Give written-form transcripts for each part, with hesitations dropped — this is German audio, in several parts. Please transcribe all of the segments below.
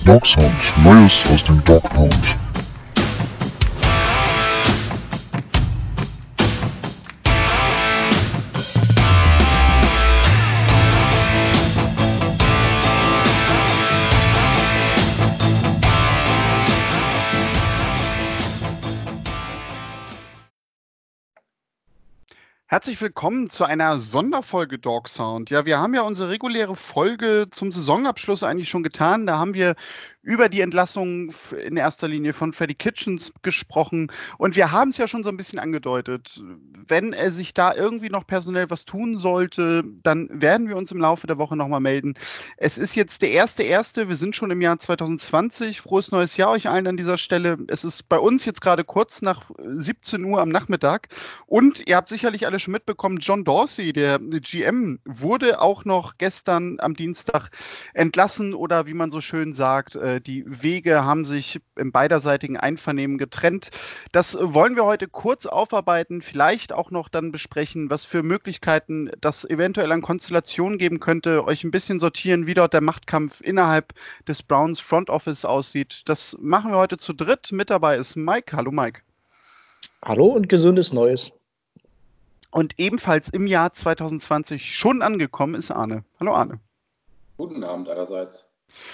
Dog Sound, Neues aus dem Dog Pound. Herzlich willkommen zu einer Sonderfolge Dog Sound. Ja, wir haben ja unsere reguläre Folge zum Saisonabschluss eigentlich schon getan. Da haben wir über die Entlassung in erster Linie von Freddie Kitchens gesprochen. Und wir haben es ja schon so ein bisschen angedeutet. Wenn er sich da irgendwie noch personell was tun sollte, dann werden wir uns im Laufe der Woche nochmal melden. Es ist jetzt der 1.1. Wir sind schon im Jahr 2020. Frohes neues Jahr euch allen an dieser Stelle. Es ist bei uns jetzt gerade kurz nach 17 Uhr am Nachmittag. Und ihr habt sicherlich alle schon mitbekommen, John Dorsey, der GM, wurde auch noch gestern am Dienstag entlassen oder wie man so schön sagt, die Wege haben sich im beiderseitigen Einvernehmen getrennt. Das wollen wir heute kurz aufarbeiten, vielleicht auch noch dann besprechen, was für Möglichkeiten das eventuell an Konstellationen geben könnte, euch ein bisschen sortieren, wie dort der Machtkampf innerhalb des Browns Front Office aussieht. Das machen wir heute zu dritt. Mit dabei ist Mike. Hallo Mike. Hallo und gesundes Neues. Und ebenfalls im Jahr 2020 schon angekommen ist Arne. Hallo Arne. Guten Abend allerseits.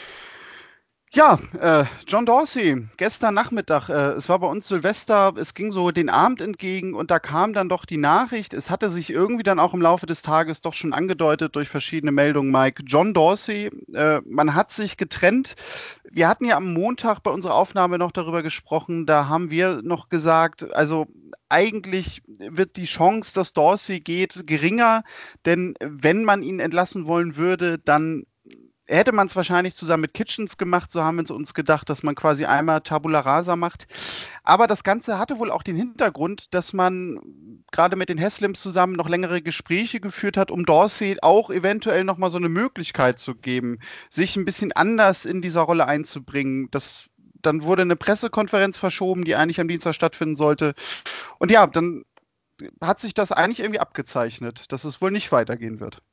Ja, John Dorsey, gestern Nachmittag, es war bei uns Silvester, es ging so den Abend entgegen und da kam dann doch die Nachricht, es hatte sich irgendwie dann auch im Laufe des Tages doch schon angedeutet durch verschiedene Meldungen, Mike, John Dorsey, man hat sich getrennt. Wir hatten ja am Montag bei unserer Aufnahme noch darüber gesprochen, da haben wir noch gesagt, also eigentlich wird die Chance, dass Dorsey geht, geringer, denn wenn man ihn entlassen wollen würde, dann hätte man es wahrscheinlich zusammen mit Kitchens gemacht, so haben wir uns gedacht, dass man quasi einmal Tabula Rasa macht. Aber das Ganze hatte wohl auch den Hintergrund, dass man gerade mit den Haslims zusammen noch längere Gespräche geführt hat, um Dorsey auch eventuell nochmal so eine Möglichkeit zu geben, sich ein bisschen anders in dieser Rolle einzubringen. Dann wurde eine Pressekonferenz verschoben, die eigentlich am Dienstag stattfinden sollte. Und ja, dann hat sich das eigentlich irgendwie abgezeichnet, dass es wohl nicht weitergehen wird.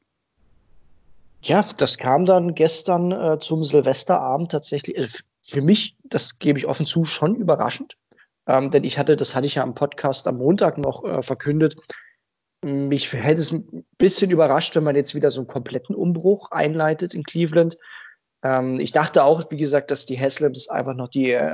Ja, das kam dann gestern zum Silvesterabend tatsächlich, also für mich, das gebe ich offen zu, schon überraschend. Denn das hatte ich ja am Podcast am Montag noch verkündet. Mich hätte es ein bisschen überrascht, wenn man jetzt wieder so einen kompletten Umbruch einleitet in Cleveland. Ich dachte auch, wie gesagt, dass die Haslims einfach noch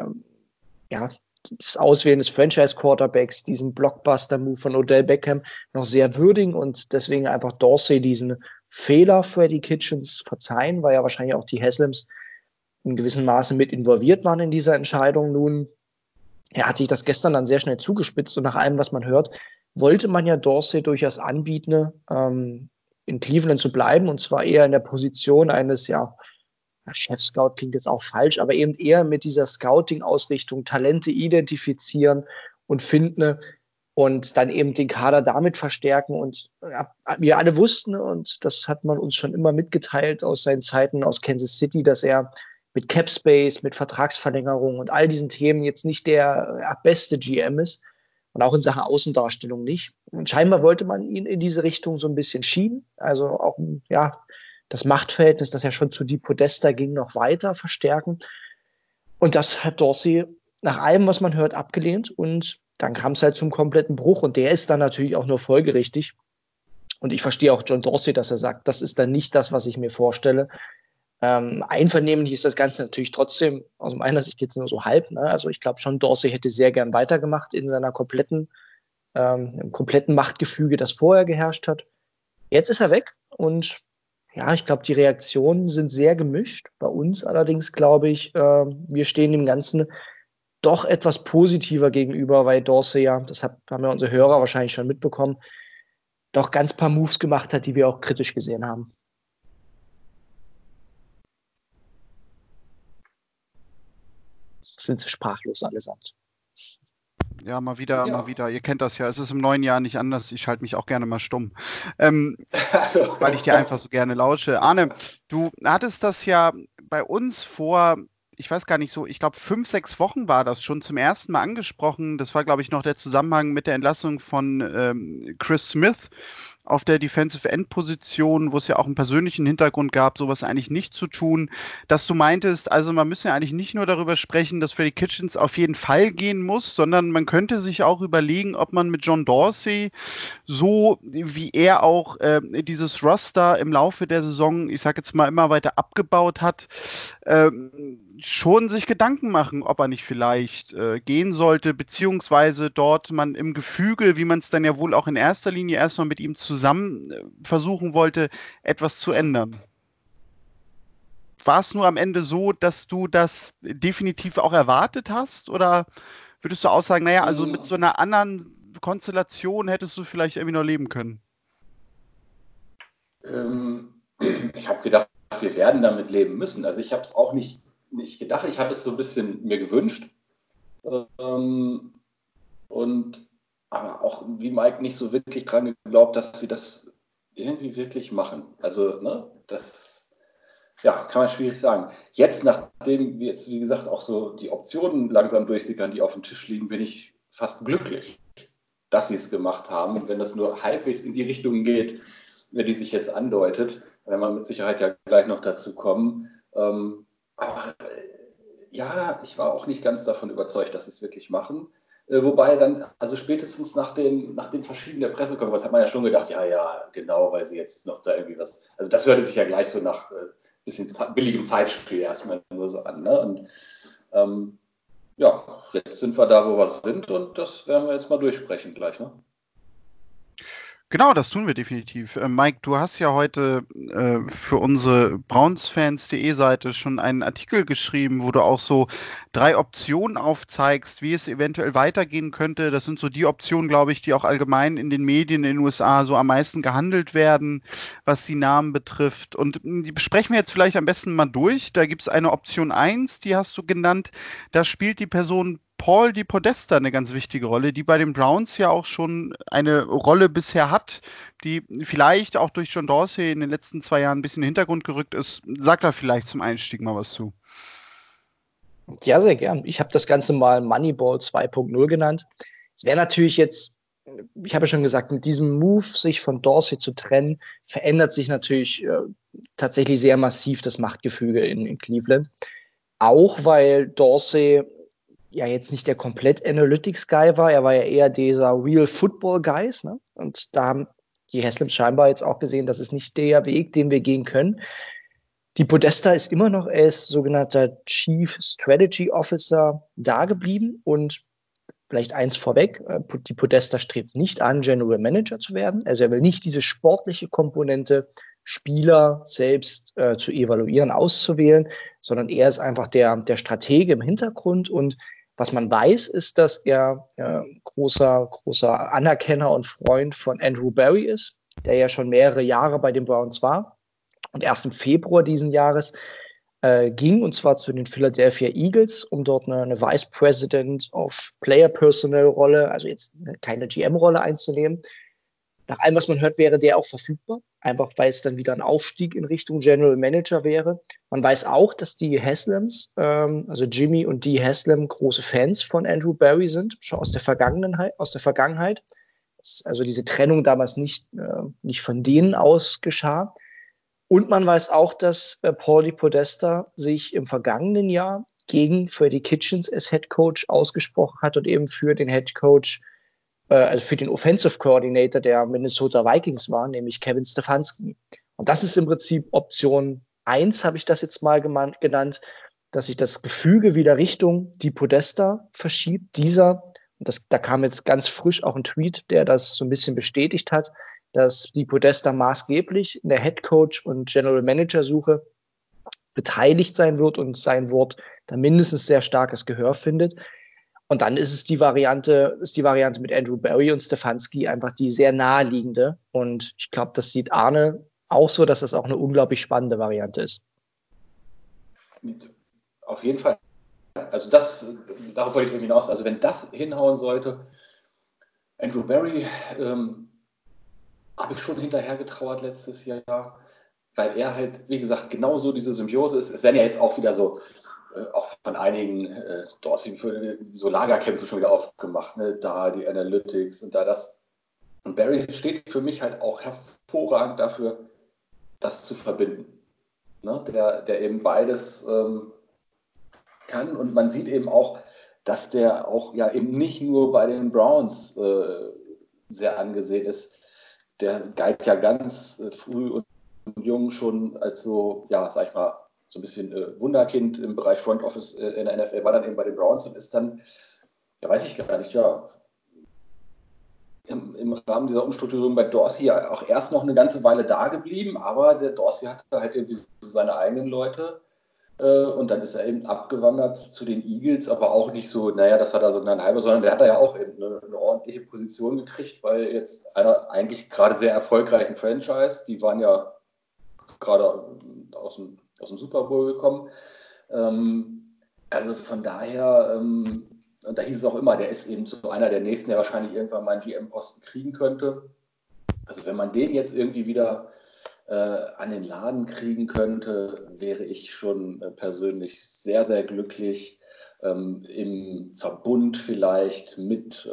das Auswählen des Franchise-Quarterbacks, diesen Blockbuster-Move von Odell Beckham noch sehr würdigen und deswegen einfach Dorsey diesen Fehler Freddie Kitchens verzeihen, weil ja wahrscheinlich auch die Haslims in gewissem Maße mit involviert waren in dieser Entscheidung. Nun, hat sich das gestern dann sehr schnell zugespitzt und nach allem, was man hört, wollte man ja Dorsey durchaus anbieten, in Cleveland zu bleiben und zwar eher in der Position eines, Chef-Scout klingt jetzt auch falsch, aber eben eher mit dieser Scouting-Ausrichtung Talente identifizieren und finden und dann eben den Kader damit verstärken. Und wir alle wussten, und das hat man uns schon immer mitgeteilt aus seinen Zeiten aus Kansas City, dass er mit Cap Space, mit Vertragsverlängerung und all diesen Themen jetzt nicht der beste GM ist und auch in Sachen Außendarstellung nicht. Und scheinbar wollte man ihn in diese Richtung so ein bisschen schieben, also auch, das Machtverhältnis, das ja schon zu die Podesta ging, noch weiter verstärken. Und das hat Dorsey nach allem, was man hört, abgelehnt. Und dann kam es halt zum kompletten Bruch. Und der ist dann natürlich auch nur folgerichtig. Und ich verstehe auch John Dorsey, dass er sagt, das ist dann nicht das, was ich mir vorstelle. Einvernehmlich ist das Ganze natürlich trotzdem aus meiner Sicht jetzt nur so halb. Ne? Also ich glaube schon, Dorsey hätte sehr gern weitergemacht in seiner im kompletten Machtgefüge, das vorher geherrscht hat. Jetzt ist er weg und ich glaube, die Reaktionen sind sehr gemischt. Bei uns allerdings glaube ich, wir stehen dem Ganzen doch etwas positiver gegenüber, weil Dorsey haben ja unsere Hörer wahrscheinlich schon mitbekommen, doch ganz paar Moves gemacht hat, die wir auch kritisch gesehen haben. Sind sie sprachlos allesamt. Ja, mal wieder. Ihr kennt das ja. Es ist im neuen Jahr nicht anders. Ich schalte mich auch gerne mal stumm, weil ich dir einfach so gerne lausche. Arne, du hattest das ja bei uns vor ich weiß gar nicht so, ich glaube 5, 6 Wochen war das schon zum ersten Mal angesprochen. Das war, glaube ich, noch der Zusammenhang mit der Entlassung von Chris Smith auf der Defensive End Position, wo es ja auch einen persönlichen Hintergrund gab, sowas eigentlich nicht zu tun, dass du meintest, also man müsse ja eigentlich nicht nur darüber sprechen, dass Freddie Kitchens auf jeden Fall gehen muss, sondern man könnte sich auch überlegen, ob man mit John Dorsey, so wie er auch dieses Roster im Laufe der Saison, ich sage jetzt mal, immer weiter abgebaut hat, schon sich Gedanken machen, ob er nicht vielleicht gehen sollte, beziehungsweise dort man im Gefüge, wie man es dann ja wohl auch in erster Linie erstmal mit ihm zusammen versuchen wollte, etwas zu ändern. War es nur am Ende so, dass du das definitiv auch erwartet hast? Oder würdest du auch sagen, naja, also mit so einer anderen Konstellation hättest du vielleicht irgendwie noch leben können? Ich habe gedacht, wir werden damit leben müssen. Also ich habe es auch nicht gedacht, ich habe es so ein bisschen mir gewünscht. Und aber auch wie Mike nicht so wirklich dran geglaubt, dass sie das irgendwie wirklich machen. Also, ne, das ja, kann man schwierig sagen. Jetzt, nachdem wir jetzt, wie gesagt, auch so die Optionen langsam durchsickern, die auf dem Tisch liegen, bin ich fast glücklich, dass sie es gemacht haben. Wenn das nur halbwegs in die Richtung geht, die sich jetzt andeutet, werden wir mit Sicherheit ja gleich noch dazu kommen. Aber ja, ich war auch nicht ganz davon überzeugt, dass sie es wirklich machen. Wobei dann, also spätestens nach den Verschieben der Pressekonferenz hat man ja schon gedacht, ja, genau, weil sie jetzt noch da irgendwie was, also das hörte sich ja gleich so nach bisschen billigem Zeitspiel erstmal nur so an. Ne? Und ja, jetzt sind wir da, wo wir sind und das werden wir jetzt mal durchsprechen gleich. Ne? Genau, das tun wir definitiv. Mike, du hast ja heute für unsere Brownsfans.de Seite schon einen Artikel geschrieben, wo du auch so 3 Optionen aufzeigst, wie es eventuell weitergehen könnte. Das sind so die Optionen, glaube ich, die auch allgemein in den Medien in den USA so am meisten gehandelt werden, was die Namen betrifft. Und die besprechen wir jetzt vielleicht am besten mal durch. Da gibt es eine Option 1, die hast du genannt. Da spielt die Person Paul DePodesta eine ganz wichtige Rolle, die bei den Browns ja auch schon eine Rolle bisher hat, die vielleicht auch durch John Dorsey in den letzten 2 Jahren ein bisschen in den Hintergrund gerückt ist. Sag da vielleicht zum Einstieg mal was zu. Ja, sehr gern. Ich habe das Ganze mal Moneyball 2.0 genannt. Es wäre natürlich jetzt, ich habe ja schon gesagt, mit diesem Move, sich von Dorsey zu trennen, verändert sich natürlich tatsächlich sehr massiv das Machtgefüge in Cleveland. Auch weil Dorsey ja jetzt nicht der komplett Analytics-Guy war, er war ja eher dieser Real Football-Guy. Ne? Und da haben die Haslems scheinbar jetzt auch gesehen, das ist nicht der Weg, den wir gehen können. Die Podesta ist immer noch als sogenannter Chief Strategy Officer da geblieben und vielleicht eins vorweg, die Podesta strebt nicht an, General Manager zu werden. Also er will nicht diese sportliche Komponente, Spieler selbst zu evaluieren, auszuwählen, sondern er ist einfach der Stratege im Hintergrund. Und was man weiß, ist, dass er großer Anerkenner und Freund von Andrew Barry ist, der ja schon mehrere Jahre bei den Browns war. Und erst im Februar diesen Jahres ging, und zwar zu den Philadelphia Eagles, um dort eine Vice President of Player Personnel Rolle, also jetzt keine GM-Rolle einzunehmen. Nach allem, was man hört, wäre der auch verfügbar, einfach weil es dann wieder ein Aufstieg in Richtung General Manager wäre. Man weiß auch, dass die Haslems, also Jimmy und Dee Haslem, große Fans von Andrew Barry sind, schon aus der Vergangenheit. Also diese Trennung damals nicht von denen aus geschah. Und man weiß auch, dass Paul DePodesta sich im vergangenen Jahr gegen Freddie Kitchens als Head Coach ausgesprochen hat und eben für den Head Coach, also für den Offensive Coordinator der Minnesota Vikings war, nämlich Kevin Stefanski. Und das ist im Prinzip Option 1, habe ich das jetzt mal genannt, dass sich das Gefüge wieder Richtung DePodesta verschiebt. Da kam jetzt ganz frisch auch ein Tweet, der das so ein bisschen bestätigt hat, dass DePodesta maßgeblich in der Head Coach und General Manager Suche beteiligt sein wird und sein Wort da mindestens sehr starkes Gehör findet. Und dann ist die Variante mit Andrew Barry und Stefanski einfach die sehr naheliegende. Und ich glaube, das sieht Arne auch so, dass das auch eine unglaublich spannende Variante ist. Auf jeden Fall. Also darauf wollte ich hinaus. Also wenn das hinhauen sollte, Andrew Barry habe ich schon hinterher getrauert letztes Jahr, weil er halt, wie gesagt, genauso diese Symbiose ist. Es werden ja jetzt auch wieder so auch von einigen Dorsey so Lagerkämpfe schon wieder aufgemacht, ne? Da die Analytics und da das. Und Barry steht für mich halt auch hervorragend dafür, das zu verbinden. Ne? Der eben beides kann, und man sieht eben auch, dass der auch ja eben nicht nur bei den Browns sehr angesehen ist. Der galt ja ganz früh und jung schon als so, ja, sag ich mal, so ein bisschen Wunderkind im Bereich Front Office in der NFL, war dann eben bei den Browns und ist dann, ja, weiß ich gar nicht, ja, im Rahmen dieser Umstrukturierung bei Dorsey auch erst noch eine ganze Weile da geblieben, aber der Dorsey hatte halt irgendwie so seine eigenen Leute und dann ist er eben abgewandert zu den Eagles, aber auch nicht so, naja, das hat er so genannt halber, sondern der hat da ja auch eben eine ordentliche Position gekriegt, bei jetzt einer eigentlich gerade sehr erfolgreichen Franchise, die waren ja gerade aus dem Super Bowl gekommen. Also von daher, und da hieß es auch immer, der ist eben so einer der nächsten, der wahrscheinlich irgendwann mal einen GM-Posten kriegen könnte. Also wenn man den jetzt irgendwie wieder an den Laden kriegen könnte, wäre ich schon persönlich sehr, sehr glücklich. Im Verbund vielleicht mit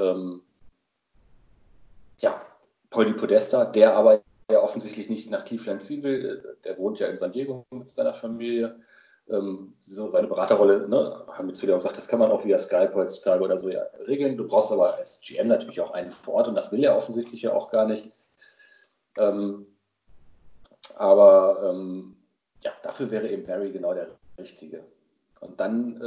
Paul Podesta, der aber ja offensichtlich nicht nach Cleveland ziehen will. Der wohnt ja in San Diego mit seiner Familie. So seine Beraterrolle, ne, haben jetzt wieder gesagt, das kann man auch via Skype heutzutage oder so ja regeln. Du brauchst aber als GM natürlich auch einen vor Ort und das will er offensichtlich ja auch gar nicht. Dafür wäre eben Barry genau der Richtige. Und dann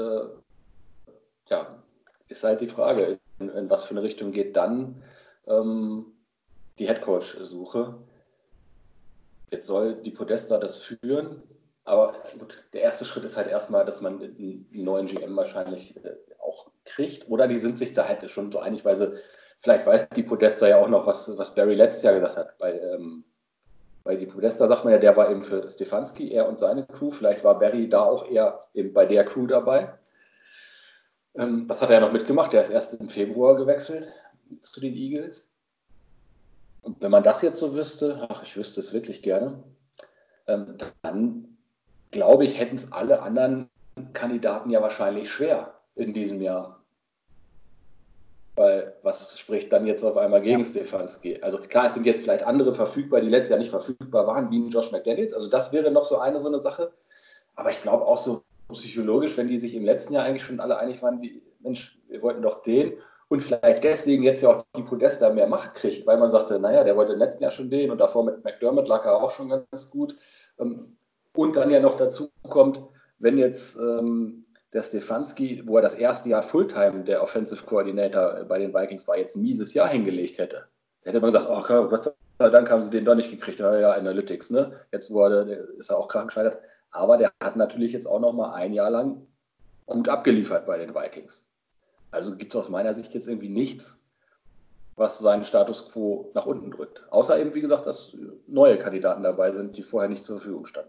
ist halt die Frage, in was für eine Richtung geht dann die Headcoach-Suche. Jetzt soll die Podesta das führen, aber gut, der erste Schritt ist halt erstmal, dass man einen neuen GM wahrscheinlich auch kriegt. Oder die sind sich da halt schon so einig, weil vielleicht weiß die Podesta ja auch noch, was Barry letztes Jahr gesagt hat. Bei die Podesta sagt man ja, der war eben für Stefanski, er und seine Crew. Vielleicht war Barry da auch eher eben bei der Crew dabei. Das hat er ja noch mitgemacht. Der ist erst im Februar gewechselt zu den Eagles. Und wenn man das jetzt so wüsste, ich wüsste es wirklich gerne, dann glaube ich, hätten es alle anderen Kandidaten ja wahrscheinlich schwer in diesem Jahr. Weil was spricht dann jetzt auf einmal gegen Stefanski? Also klar, es sind jetzt vielleicht andere verfügbar, die letztes Jahr nicht verfügbar waren, wie ein Josh McDaniels. Also das wäre noch so eine Sache. Aber ich glaube auch so psychologisch, wenn die sich im letzten Jahr eigentlich schon alle einig waren, wie, Mensch, wir wollten doch den und vielleicht deswegen jetzt ja auch die Podesta mehr Macht kriegt, weil man sagte, naja, der wollte im letzten Jahr schon den und davor mit McDermott lag er auch schon ganz gut. Und dann ja noch dazu kommt, wenn jetzt der Stefanski, wo er das erste Jahr Fulltime der Offensive Coordinator bei den Vikings war, jetzt ein mieses Jahr hingelegt hätte, hätte man gesagt, Gott sei Dank haben sie den doch nicht gekriegt, ja, Analytics, ne? Jetzt ist er auch krank gescheitert, aber der hat natürlich jetzt auch noch mal ein Jahr lang gut abgeliefert bei den Vikings. Also gibt es aus meiner Sicht jetzt irgendwie nichts, was seinen Status quo nach unten drückt. Außer eben, wie gesagt, dass neue Kandidaten dabei sind, die vorher nicht zur Verfügung standen.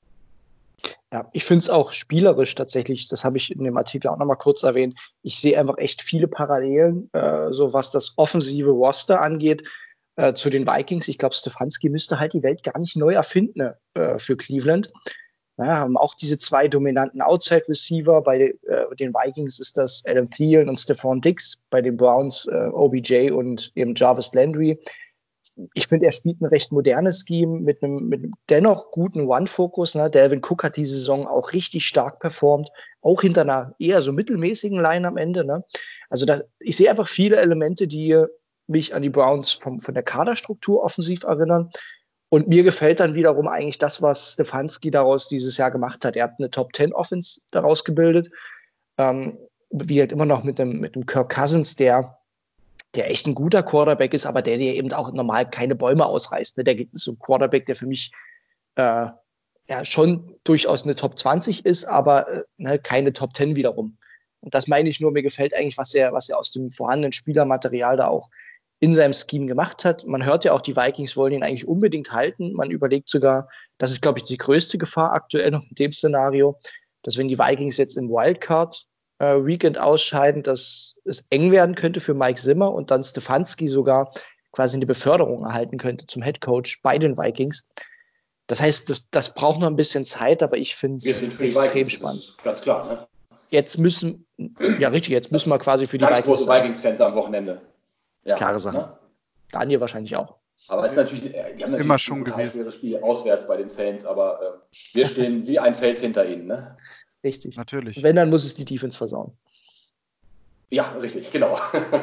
Ja, ich finde es auch spielerisch tatsächlich, das habe ich in dem Artikel auch nochmal kurz erwähnt, ich sehe einfach echt viele Parallelen, so was das offensive Roster angeht, zu den Vikings. Ich glaube, Stefanski müsste halt die Welt gar nicht neu erfinden für Cleveland. Ja, haben auch diese zwei dominanten Outside-Receiver. Bei den Vikings ist das Adam Thielen und Stephon Diggs. Bei den Browns OBJ und eben Jarvis Landry. Ich finde, er spielt ein recht modernes Scheme mit einem dennoch guten One-Fokus. Ne? Dalvin Cook hat diese Saison auch richtig stark performt, auch hinter einer eher so mittelmäßigen Line am Ende. Ne? Also ich sehe einfach viele Elemente, die mich an die Browns von der Kaderstruktur offensiv erinnern. Und mir gefällt dann wiederum eigentlich das, was Stefanski daraus dieses Jahr gemacht hat. Er hat eine Top-10-Offense daraus gebildet. Wie halt immer noch mit dem Kirk Cousins, der echt ein guter Quarterback ist, aber der eben auch normal keine Bäume ausreißt. Ne? Der ist so ein Quarterback, der für mich schon durchaus eine Top 20 ist, aber keine Top 10 wiederum. Und das meine ich nur, mir gefällt eigentlich, was er aus dem vorhandenen Spielermaterial da auch in seinem Scheme gemacht hat. Man hört ja auch, die Vikings wollen ihn eigentlich unbedingt halten. Man überlegt sogar, das ist, glaube ich, die größte Gefahr aktuell noch in dem Szenario, dass wenn die Vikings jetzt im Wildcard Weekend ausscheiden, dass es eng werden könnte für Mike Zimmer und dann Stefanski sogar quasi eine Beförderung erhalten könnte zum Headcoach bei den Vikings. Das heißt, das braucht noch ein bisschen Zeit, aber ich finde es extrem spannend. Ganz klar, ne? Jetzt müssen wir quasi für die Ganz Vikings. Große Vikings-Fans am Wochenende. Ja, klare Sache. Ne? Daniel wahrscheinlich auch. Aber es ist natürlich, die haben natürlich immer schon ein schweres Spiel auswärts bei den Saints, aber wir stehen wie ein Fels hinter ihnen. Ne? Richtig. Natürlich. Wenn, dann muss es die Defense versauen. Ja, richtig, genau.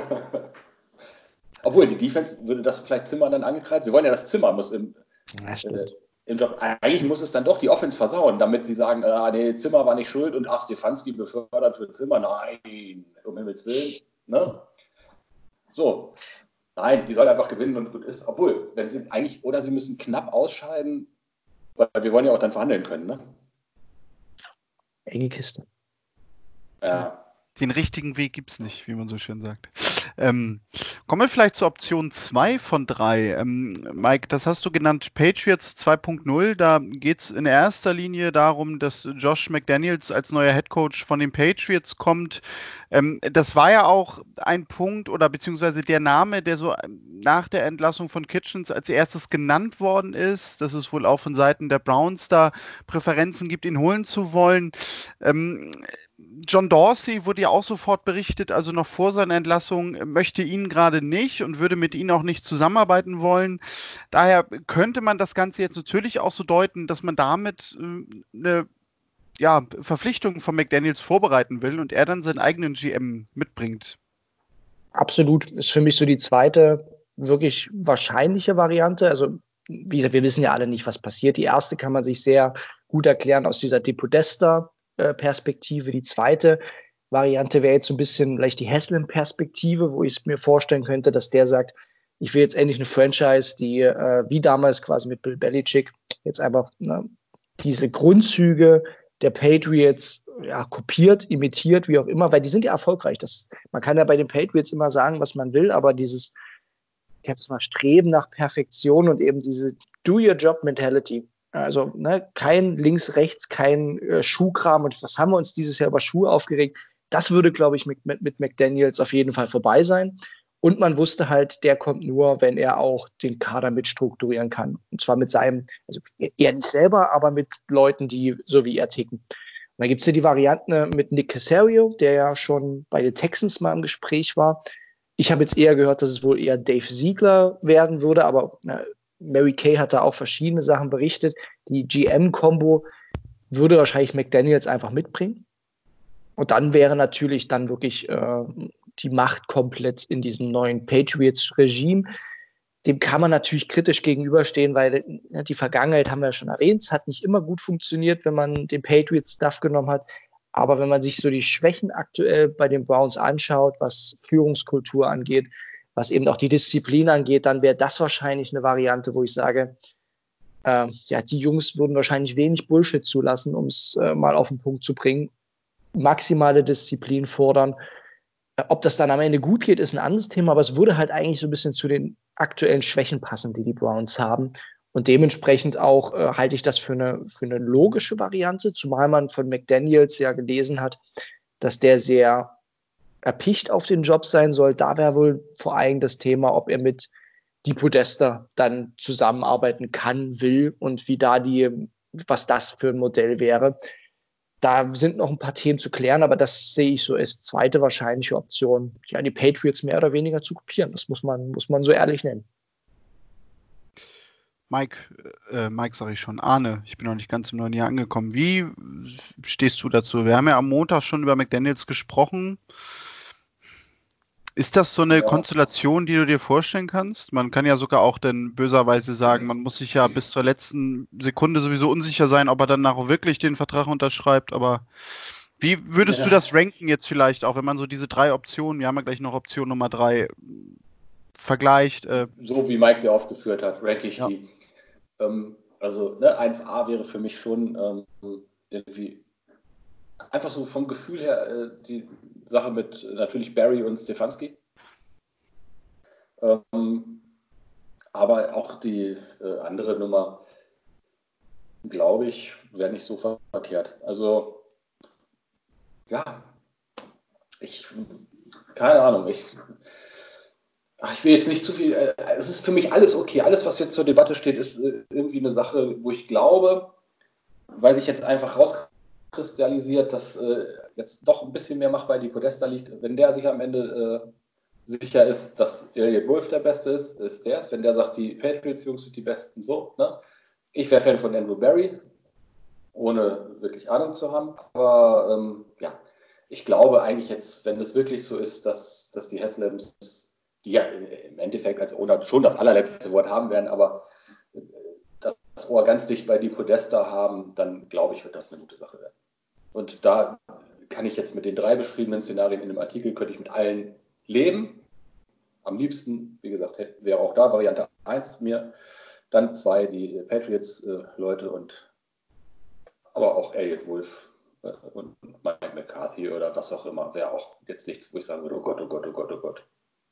Obwohl, die Defense würde das vielleicht Zimmer dann angekreidet. Wir wollen ja, das Zimmer muss im Job. Eigentlich muss es dann doch die Offense versauen, damit sie sagen, nee, Zimmer war nicht schuld und Stefanski befördert für Zimmer. Nein, um Himmels Willen. Ne? So. Nein, die soll einfach gewinnen und gut ist. Obwohl, wenn sie eigentlich, oder sie müssen knapp ausscheiden, weil wir wollen ja auch dann verhandeln können, ne? Enge Kiste. Ja. Den richtigen Weg gibt es nicht, wie man so schön sagt. Kommen wir vielleicht zur Option 2 von 3. Mike, das hast du genannt, Patriots 2.0. Da geht es in erster Linie darum, dass Josh McDaniels als neuer Headcoach von den Patriots kommt. Das war ja auch ein Punkt oder beziehungsweise der Name, der so nach der Entlassung von Kitchens als erstes genannt worden ist, dass es wohl auch von Seiten der Browns da Präferenzen gibt, ihn holen zu wollen. John Dorsey wurde ja auch sofort berichtet, also noch vor seiner Entlassung, möchte ihn gerade nicht und würde mit ihm auch nicht zusammenarbeiten wollen. Daher könnte man das Ganze jetzt natürlich auch so deuten, dass man damit eine Verpflichtung von McDaniels vorbereiten will und er dann seinen eigenen GM mitbringt. Absolut. Ist für mich so die zweite wirklich wahrscheinliche Variante. Also, wie gesagt, wir wissen ja alle nicht, was passiert. Die erste kann man sich sehr gut erklären aus dieser DePodesta-Perspektive. Die zweite Variante wäre jetzt so ein bisschen vielleicht die Haslam-Perspektive, wo ich es mir vorstellen könnte, dass der sagt, ich will jetzt endlich eine Franchise, die wie damals quasi mit Bill Belichick jetzt einfach diese Grundzüge der Patriots kopiert, imitiert, wie auch immer, weil die sind ja erfolgreich. Man kann ja bei den Patriots immer sagen, was man will, aber dieses Streben nach Perfektion und eben diese Do-Your-Job-Mentality. Also kein links-rechts, kein Schuhkram. Und was haben wir uns dieses Jahr über Schuhe aufgeregt? Das würde, glaube ich, mit McDaniels auf jeden Fall vorbei sein. Und man wusste halt, der kommt nur, wenn er auch den Kader mitstrukturieren kann. Und zwar mit seinem, also er nicht selber, aber mit Leuten, die so wie er ticken. Und da gibt es ja die Varianten mit Nick Caserio, der ja schon bei den Texans mal im Gespräch war. Ich habe jetzt eher gehört, dass es wohl eher Dave Ziegler werden würde, aber Mary Kay hat da auch verschiedene Sachen berichtet. Die GM-Kombo würde wahrscheinlich McDaniels einfach mitbringen. Und dann wäre natürlich dann wirklich die Macht komplett in diesem neuen Patriots-Regime. Dem kann man natürlich kritisch gegenüberstehen, weil die Vergangenheit haben wir ja schon erwähnt. Es hat nicht immer gut funktioniert, wenn man den Patriots-Stuff genommen hat. Aber wenn man sich so die Schwächen aktuell bei den Browns anschaut, was Führungskultur angeht, was eben auch die Disziplin angeht, dann wäre das wahrscheinlich eine Variante, wo ich sage, die Jungs würden wahrscheinlich wenig Bullshit zulassen, um es mal auf den Punkt zu bringen. Maximale Disziplin fordern. Ob das dann am Ende gut geht, ist ein anderes Thema, aber es würde halt eigentlich so ein bisschen zu den aktuellen Schwächen passen, die Browns haben. Und dementsprechend auch halte ich das für eine logische Variante, zumal man von McDaniels ja gelesen hat, dass der sehr erpicht auf den Job sein soll. Da wäre wohl vor allem das Thema, ob er mit DePodesta dann zusammenarbeiten kann, will und was das für ein Modell wäre. Da sind noch ein paar Themen zu klären, aber das sehe ich so als zweite wahrscheinliche Option, ja, die Patriots mehr oder weniger zu kopieren. Das muss man so ehrlich nennen. Mike sage ich schon, Arne, ich bin noch nicht ganz im neuen Jahr angekommen. Wie stehst du dazu? Wir haben ja am Montag schon über McDaniels gesprochen. Ist das so eine Konstellation, die du dir vorstellen kannst? Man kann ja sogar auch dann böserweise sagen, man muss sich ja bis zur letzten Sekunde sowieso unsicher sein, ob er dann nachher wirklich den Vertrag unterschreibt. Aber wie würdest du das ranken jetzt vielleicht auch, wenn man so diese 3 Optionen, wir haben ja gleich noch Option Nummer 3, vergleicht? So wie Mike sie aufgeführt hat, ranke ich die. Also 1A wäre für mich schon irgendwie einfach so vom Gefühl her die Sache mit natürlich Barry und Stefanski. Aber auch die andere Nummer, glaube ich, wäre nicht so verkehrt. Also, ja, keine Ahnung. ich will jetzt nicht zu viel, es ist für mich alles okay. Alles, was jetzt zur Debatte steht, ist irgendwie eine Sache, wo ich glaube, weil sich jetzt einfach rauskristallisiert, dass jetzt doch ein bisschen mehr machbar in die Podesta liegt. Wenn der sich am Ende sicher ist, dass Elliott Wolf der Beste ist der es. Wenn der sagt, die Patriots-Jungs sind die Besten, so. Ne? Ich wäre Fan von Andrew Barry, ohne wirklich Ahnung zu haben. Aber ja, ich glaube eigentlich jetzt, wenn es wirklich so ist, dass die Haslams, die ja im Endeffekt als Owner schon das allerletzte Wort haben werden, aber das Ohr ganz dicht bei die Podesta haben, dann glaube ich, wird das eine gute Sache werden. Und da kann ich jetzt mit den 3 beschriebenen Szenarien in dem Artikel, könnte ich mit allen leben. Am liebsten, wie gesagt, wäre auch da Variante 1 mir, dann 2 die Patriots-Leute aber auch Elliott Wolf und Mike McCarthy oder was auch immer, wäre auch jetzt nichts, wo ich sagen würde, oh Gott, oh Gott, oh Gott, oh Gott.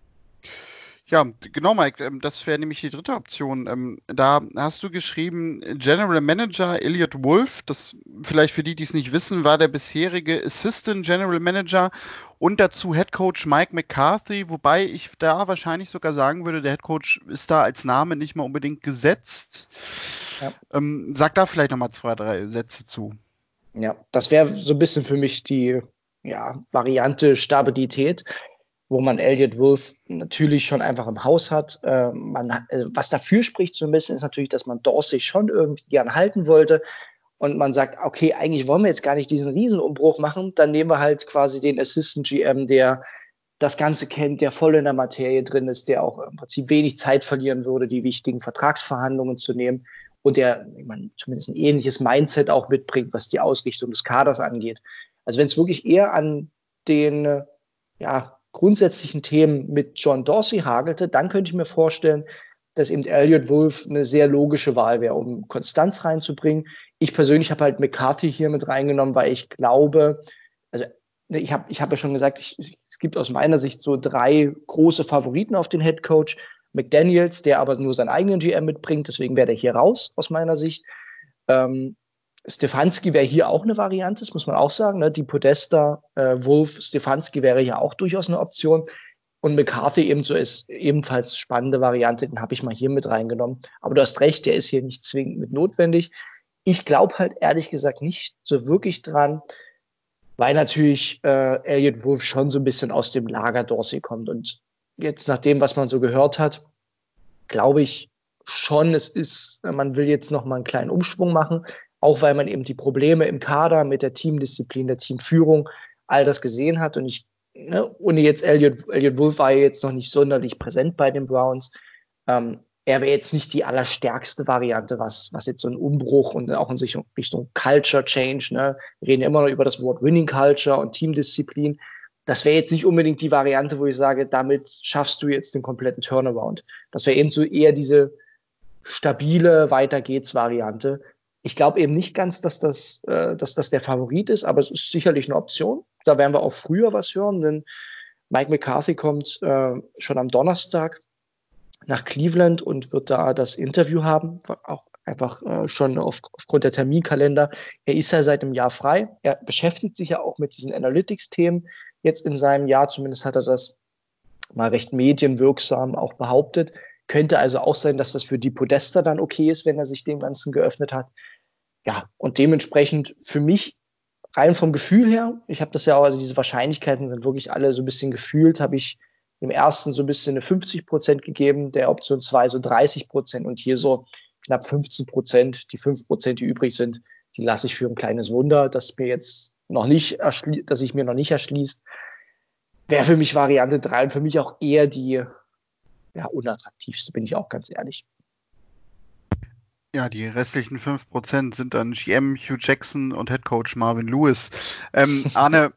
Ja, genau, Mike, das wäre nämlich die dritte Option. Da hast du geschrieben, General Manager Elliott Wolf, das vielleicht für die, die es nicht wissen, war der bisherige Assistant General Manager und dazu Head Coach Mike McCarthy, wobei ich da wahrscheinlich sogar sagen würde, der Head Coach ist da als Name nicht mal unbedingt gesetzt. Ja. Sag da vielleicht nochmal 2, 3 Sätze zu. Ja, das wäre so ein bisschen für mich die Variante Stabilität, wo man Elliott Wolf natürlich schon einfach im Haus hat. Was dafür spricht so ein bisschen, ist natürlich, dass man Dorsey schon irgendwie gern halten wollte. Und man sagt, okay, eigentlich wollen wir jetzt gar nicht diesen Riesenumbruch machen. Dann nehmen wir halt quasi den Assistant GM, der das Ganze kennt, der voll in der Materie drin ist, der auch im Prinzip wenig Zeit verlieren würde, die wichtigen Vertragsverhandlungen zu nehmen. Und der, zumindest ein ähnliches Mindset auch mitbringt, was die Ausrichtung des Kaders angeht. Also wenn es wirklich eher an den, grundsätzlichen Themen mit John Dorsey hagelte, dann könnte ich mir vorstellen, dass eben Elliott Wolf eine sehr logische Wahl wäre, um Konstanz reinzubringen. Ich persönlich habe halt McCarthy hier mit reingenommen, weil ich glaube, also ich habe ja schon gesagt, es gibt aus meiner Sicht so 3 große Favoriten auf den Head Coach. McDaniels, der aber nur seinen eigenen GM mitbringt, deswegen wäre der hier raus aus meiner Sicht. Stefanski wäre hier auch eine Variante, das muss man auch sagen. Ne? Die Podesta, Wolf, Stefanski wäre ja auch durchaus eine Option. Und McCarthy ebenso ist ebenfalls eine spannende Variante, den habe ich mal hier mit reingenommen. Aber du hast recht, der ist hier nicht zwingend mit notwendig. Ich glaube halt ehrlich gesagt nicht so wirklich dran, weil natürlich Elliott Wolf schon so ein bisschen aus dem Lager Dorsey kommt. Und jetzt nach dem, was man so gehört hat, glaube ich schon, man will jetzt noch mal einen kleinen Umschwung machen, auch weil man eben die Probleme im Kader mit der Teamdisziplin, der Teamführung, all das gesehen hat. Und ohne jetzt Elliott Wolf war ja jetzt noch nicht sonderlich präsent bei den Browns. Er wäre jetzt nicht die allerstärkste Variante, was jetzt so ein Umbruch und auch in Richtung Culture Change, ne? Wir reden ja immer noch über das Wort Winning Culture und Teamdisziplin. Das wäre jetzt nicht unbedingt die Variante, wo ich sage, damit schaffst du jetzt den kompletten Turnaround. Das wäre eben so eher diese stabile Weiter geht's Variante. Ich glaube eben nicht ganz, dass das der Favorit ist, aber es ist sicherlich eine Option. Da werden wir auch früher was hören, denn Mike McCarthy kommt schon am Donnerstag nach Cleveland und wird da das Interview haben, auch einfach schon aufgrund der Terminkalender. Er ist ja seit einem Jahr frei. Er beschäftigt sich ja auch mit diesen Analytics-Themen jetzt in seinem Jahr. Zumindest hat er das mal recht medienwirksam auch behauptet. Könnte also auch sein, dass das für die Podesta dann okay ist, wenn er sich dem Ganzen geöffnet hat. Ja, und dementsprechend für mich rein vom Gefühl her, ich habe das ja auch, also diese Wahrscheinlichkeiten sind wirklich alle so ein bisschen gefühlt, habe ich im ersten so ein bisschen eine 50% gegeben, der Option 2 so 30% und hier so knapp 15%. Die 5%, die übrig sind, die lasse ich für ein kleines Wunder, dass sich mir noch nicht erschließt. Wäre für mich Variante 3 und für mich auch eher die unattraktivste, bin ich auch ganz ehrlich. Ja, die restlichen 5% sind dann GM Hugh Jackson und Headcoach Marvin Lewis. Arne,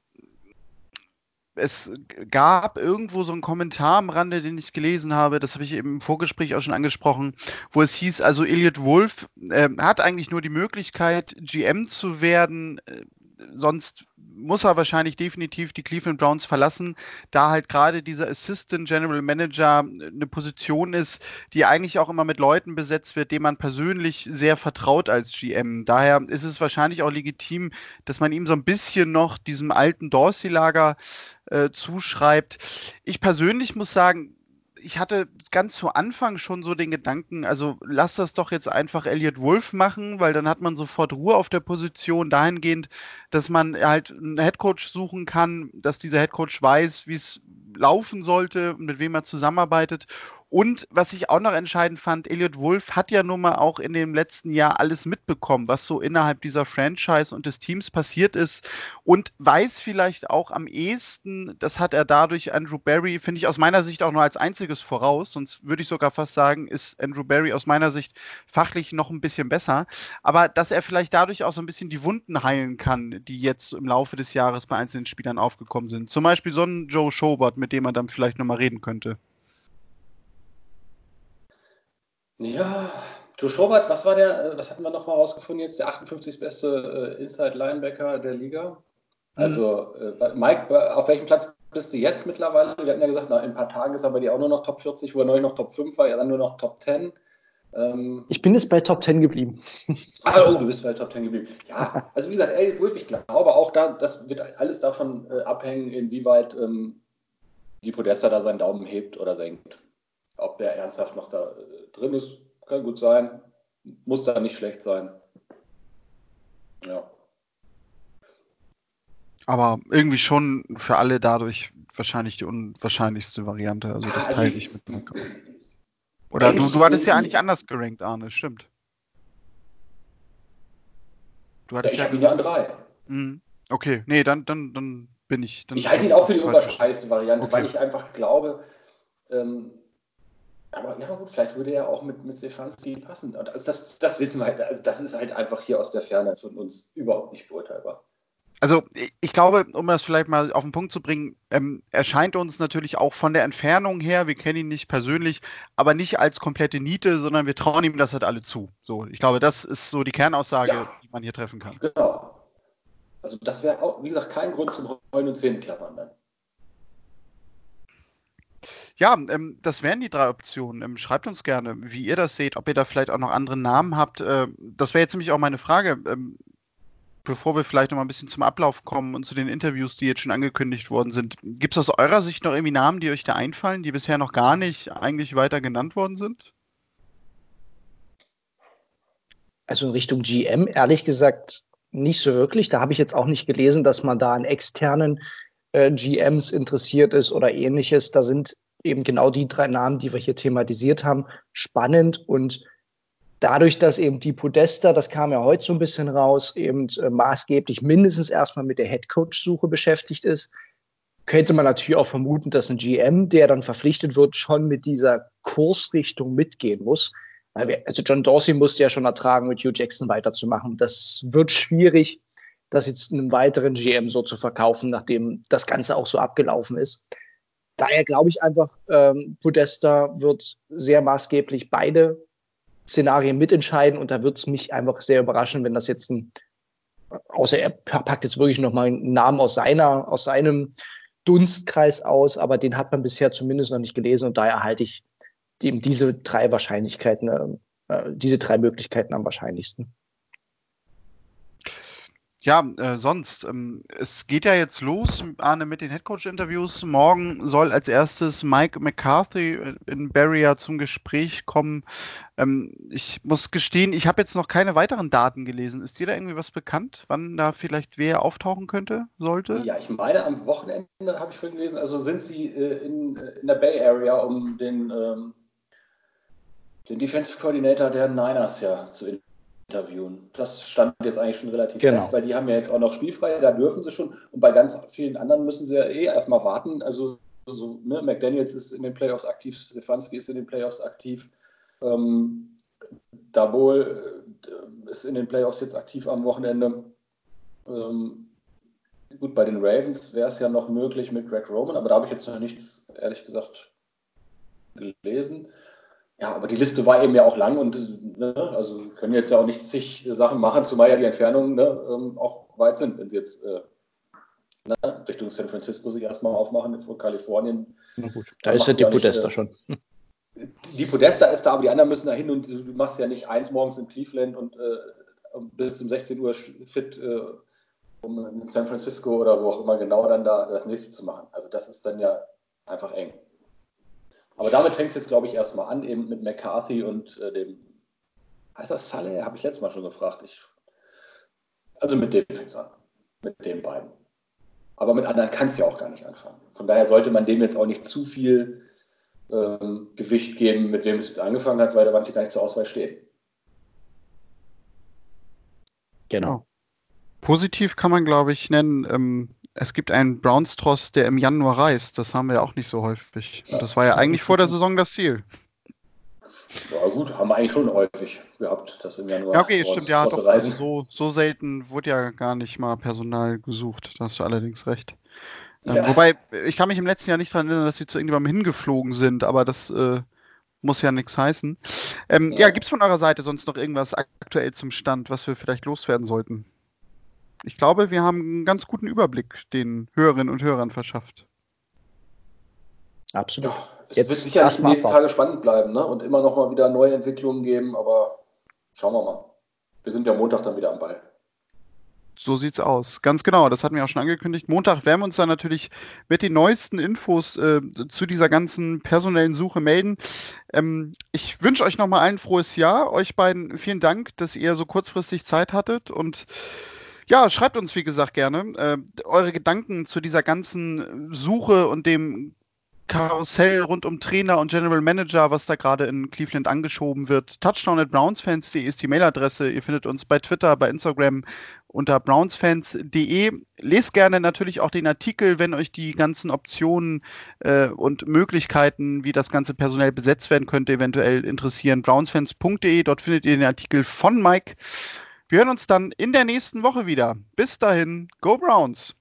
es gab irgendwo so einen Kommentar am Rande, den ich gelesen habe, das habe ich eben im Vorgespräch auch schon angesprochen, wo es hieß, also Elliott Wolf hat eigentlich nur die Möglichkeit, GM zu werden, sonst muss er wahrscheinlich definitiv die Cleveland Browns verlassen, da halt gerade dieser Assistant General Manager eine Position ist, die eigentlich auch immer mit Leuten besetzt wird, denen man persönlich sehr vertraut als GM. Daher ist es wahrscheinlich auch legitim, dass man ihm so ein bisschen noch diesem alten Dorsey-Lager zuschreibt. Ich persönlich muss sagen, ich hatte ganz zu Anfang schon so den Gedanken, also lass das doch jetzt einfach Elliot Wolf machen, weil dann hat man sofort Ruhe auf der Position dahingehend, dass man halt einen Headcoach suchen kann, dass dieser Headcoach weiß, wie es laufen sollte und mit wem er zusammenarbeitet. Und was ich auch noch entscheidend fand, Elliot Wolf hat ja nun mal auch in dem letzten Jahr alles mitbekommen, was so innerhalb dieser Franchise und des Teams passiert ist und weiß vielleicht auch am ehesten, das hat er dadurch Andrew Barry, finde ich aus meiner Sicht auch nur als einziges voraus, sonst würde ich sogar fast sagen, ist Andrew Barry aus meiner Sicht fachlich noch ein bisschen besser, aber dass er vielleicht dadurch auch so ein bisschen die Wunden heilen kann, die jetzt im Laufe des Jahres bei einzelnen Spielern aufgekommen sind. Zum Beispiel so ein Joe Schobert, mit dem man dann vielleicht nochmal reden könnte. Ja, Joe Schobert, was hatten wir nochmal rausgefunden jetzt? Der 58. beste Inside Linebacker der Liga. Also, Mike, auf welchem Platz bist du jetzt mittlerweile? Wir hatten ja gesagt, in ein paar Tagen ist er bei dir auch nur noch Top 40, wo er neulich noch Top 5 war, ja dann nur noch Top 10. Ich bin jetzt bei Top 10 geblieben. Du bist bei Top 10 geblieben. Ja, also wie gesagt, Elliot Wolf, ich glaube auch das wird alles davon abhängen, inwieweit die Podesta da seinen Daumen hebt oder senkt. Ob der ernsthaft noch da drin ist, kann gut sein. Muss da nicht schlecht sein. Ja. Aber irgendwie schon für alle dadurch wahrscheinlich die unwahrscheinlichste Variante. Also das teile ich mit Marco. Oder du hattest ja eigentlich anders gerankt, Arne, stimmt. Du hattest ich habe ihn ja an 3. Okay, nee, dann bin ich. Ich halte ihn auch für die unwahrscheinlichste Variante, okay. weil ich einfach glaube, aber ja gut, vielleicht würde er auch mit Stefanski passen. Das wissen wir halt, also das ist halt einfach hier aus der Ferne von uns überhaupt nicht beurteilbar. Also ich glaube, um das vielleicht mal auf den Punkt zu bringen, erscheint uns natürlich auch von der Entfernung her, wir kennen ihn nicht persönlich, aber nicht als komplette Niete, sondern wir trauen ihm das halt alle zu. So, ich glaube, das ist so die Kernaussage, die man hier treffen kann. Genau. Also das wäre auch, wie gesagt, kein Grund zum Heulen und Zähneklappern dann. Ja, das wären die 3 Optionen. Schreibt uns gerne, wie ihr das seht, ob ihr da vielleicht auch noch andere Namen habt. Das wäre jetzt nämlich auch meine Frage. Bevor wir vielleicht noch mal ein bisschen zum Ablauf kommen und zu den Interviews, die jetzt schon angekündigt worden sind, gibt es aus eurer Sicht noch irgendwie Namen, die euch da einfallen, die bisher noch gar nicht eigentlich weiter genannt worden sind? Also in Richtung GM, ehrlich gesagt, nicht so wirklich. Da habe ich jetzt auch nicht gelesen, dass man da an externen GMs interessiert ist oder ähnliches. Da sind eben genau die 3 Namen, die wir hier thematisiert haben, spannend und dadurch, dass eben die Podesta, das kam ja heute so ein bisschen raus, eben maßgeblich mindestens erstmal mit der Headcoach-Suche beschäftigt ist, könnte man natürlich auch vermuten, dass ein GM, der dann verpflichtet wird, schon mit dieser Kursrichtung mitgehen muss. Also John Dorsey musste ja schon ertragen, mit Hugh Jackson weiterzumachen. Das wird schwierig, das jetzt einem weiteren GM so zu verkaufen, nachdem das Ganze auch so abgelaufen ist. Daher glaube ich einfach, Podesta wird sehr maßgeblich beide Szenarien mitentscheiden und da wird es mich einfach sehr überraschen, wenn das jetzt außer er packt jetzt wirklich nochmal einen Namen aus seinem Dunstkreis aus, aber den hat man bisher zumindest noch nicht gelesen und daher halte ich eben diese 3 Wahrscheinlichkeiten, diese 3 Möglichkeiten am wahrscheinlichsten. Ja, sonst, es geht ja jetzt los, Arne, mit den Headcoach-Interviews. Morgen soll als erstes Mike McCarthy in Barrier zum Gespräch kommen. Ich muss gestehen, ich habe jetzt noch keine weiteren Daten gelesen. Ist dir da irgendwie was bekannt, wann da vielleicht wer auftauchen sollte? Ja, ich meine, am Wochenende habe ich vorhin gelesen, also sind sie in der Bay Area, um den Defensive Coordinator der Niners ja zu interviewen. Das stand jetzt eigentlich schon relativ fest, weil die haben ja jetzt auch noch spielfrei, da dürfen sie schon und bei ganz vielen anderen müssen sie ja erstmal warten. Also McDaniels ist in den Playoffs aktiv, Stefanski ist in den Playoffs aktiv, Daboll ist in den Playoffs jetzt aktiv am Wochenende. Gut, bei den Ravens wäre es ja noch möglich mit Greg Roman, aber da habe ich jetzt noch nichts, ehrlich gesagt, gelesen. Ja, aber die Liste war eben ja auch lang und also können jetzt ja auch nicht zig Sachen machen, zumal ja die Entfernungen auch weit sind, wenn sie jetzt Richtung San Francisco sich erstmal aufmachen, vor Kalifornien. Na gut, da ist ja die Podesta schon. Die Podesta ist da, aber die anderen müssen da hin und du machst ja nicht 1 morgens in Cleveland und bis um 16 Uhr fit, um in San Francisco oder wo auch immer genau dann da das nächste zu machen. Also das ist dann ja einfach eng. Aber damit fängt es jetzt, glaube ich, erstmal an, eben mit McCarthy und dem, heißt das Saleh? Habe ich letztes Mal schon gefragt. Also mit dem fängt es an. Mit den beiden. Aber mit anderen kann es ja auch gar nicht anfangen. Von daher sollte man dem jetzt auch nicht zu viel Gewicht geben, mit wem es jetzt angefangen hat, weil der Wand gar nicht zur Auswahl steht. Genau. Positiv kann man, glaube ich, nennen, es gibt einen Browns-Tross, der im Januar reist. Das haben wir ja auch nicht so häufig. Und das war ja eigentlich vor der Saison das Ziel. Ja gut, haben wir eigentlich schon häufig gehabt, dass im Januar Ja, okay, stimmt, ja, doch. reisen. So selten wurde ja gar nicht mal Personal gesucht. Da hast du allerdings recht. Ja. Wobei, ich kann mich im letzten Jahr nicht daran erinnern, dass sie zu irgendjemandem hingeflogen sind, aber das muss ja nichts heißen. Ja, gibt es von eurer Seite sonst noch irgendwas aktuell zum Stand, was wir vielleicht loswerden sollten? Ich glaube, wir haben einen ganz guten Überblick den Hörerinnen und Hörern verschafft. Absolut. Ja, es wird sicherlich die nächsten Tage spannend bleiben, ne? Und immer noch mal wieder neue Entwicklungen geben, aber schauen wir mal. Wir sind ja Montag dann wieder am Ball. So sieht's aus. Ganz genau, das hatten wir auch schon angekündigt. Montag werden wir uns dann natürlich mit den neuesten Infos zu dieser ganzen personellen Suche melden. Ich wünsche euch nochmal ein frohes Jahr. Euch beiden vielen Dank, dass ihr so kurzfristig Zeit hattet. Und ja, schreibt uns, wie gesagt, gerne eure Gedanken zu dieser ganzen Suche und dem Karussell rund um Trainer und General Manager, was da gerade in Cleveland angeschoben wird. touchdown@brownsfans.de ist die Mailadresse. Ihr findet uns bei Twitter, bei Instagram unter brownsfans.de. Lest gerne natürlich auch den Artikel, wenn euch die ganzen Optionen und Möglichkeiten, wie das Ganze personell besetzt werden könnte, eventuell interessieren. brownsfans.de, dort findet ihr den Artikel von Mike. Wir hören uns dann in der nächsten Woche wieder. Bis dahin, go Browns!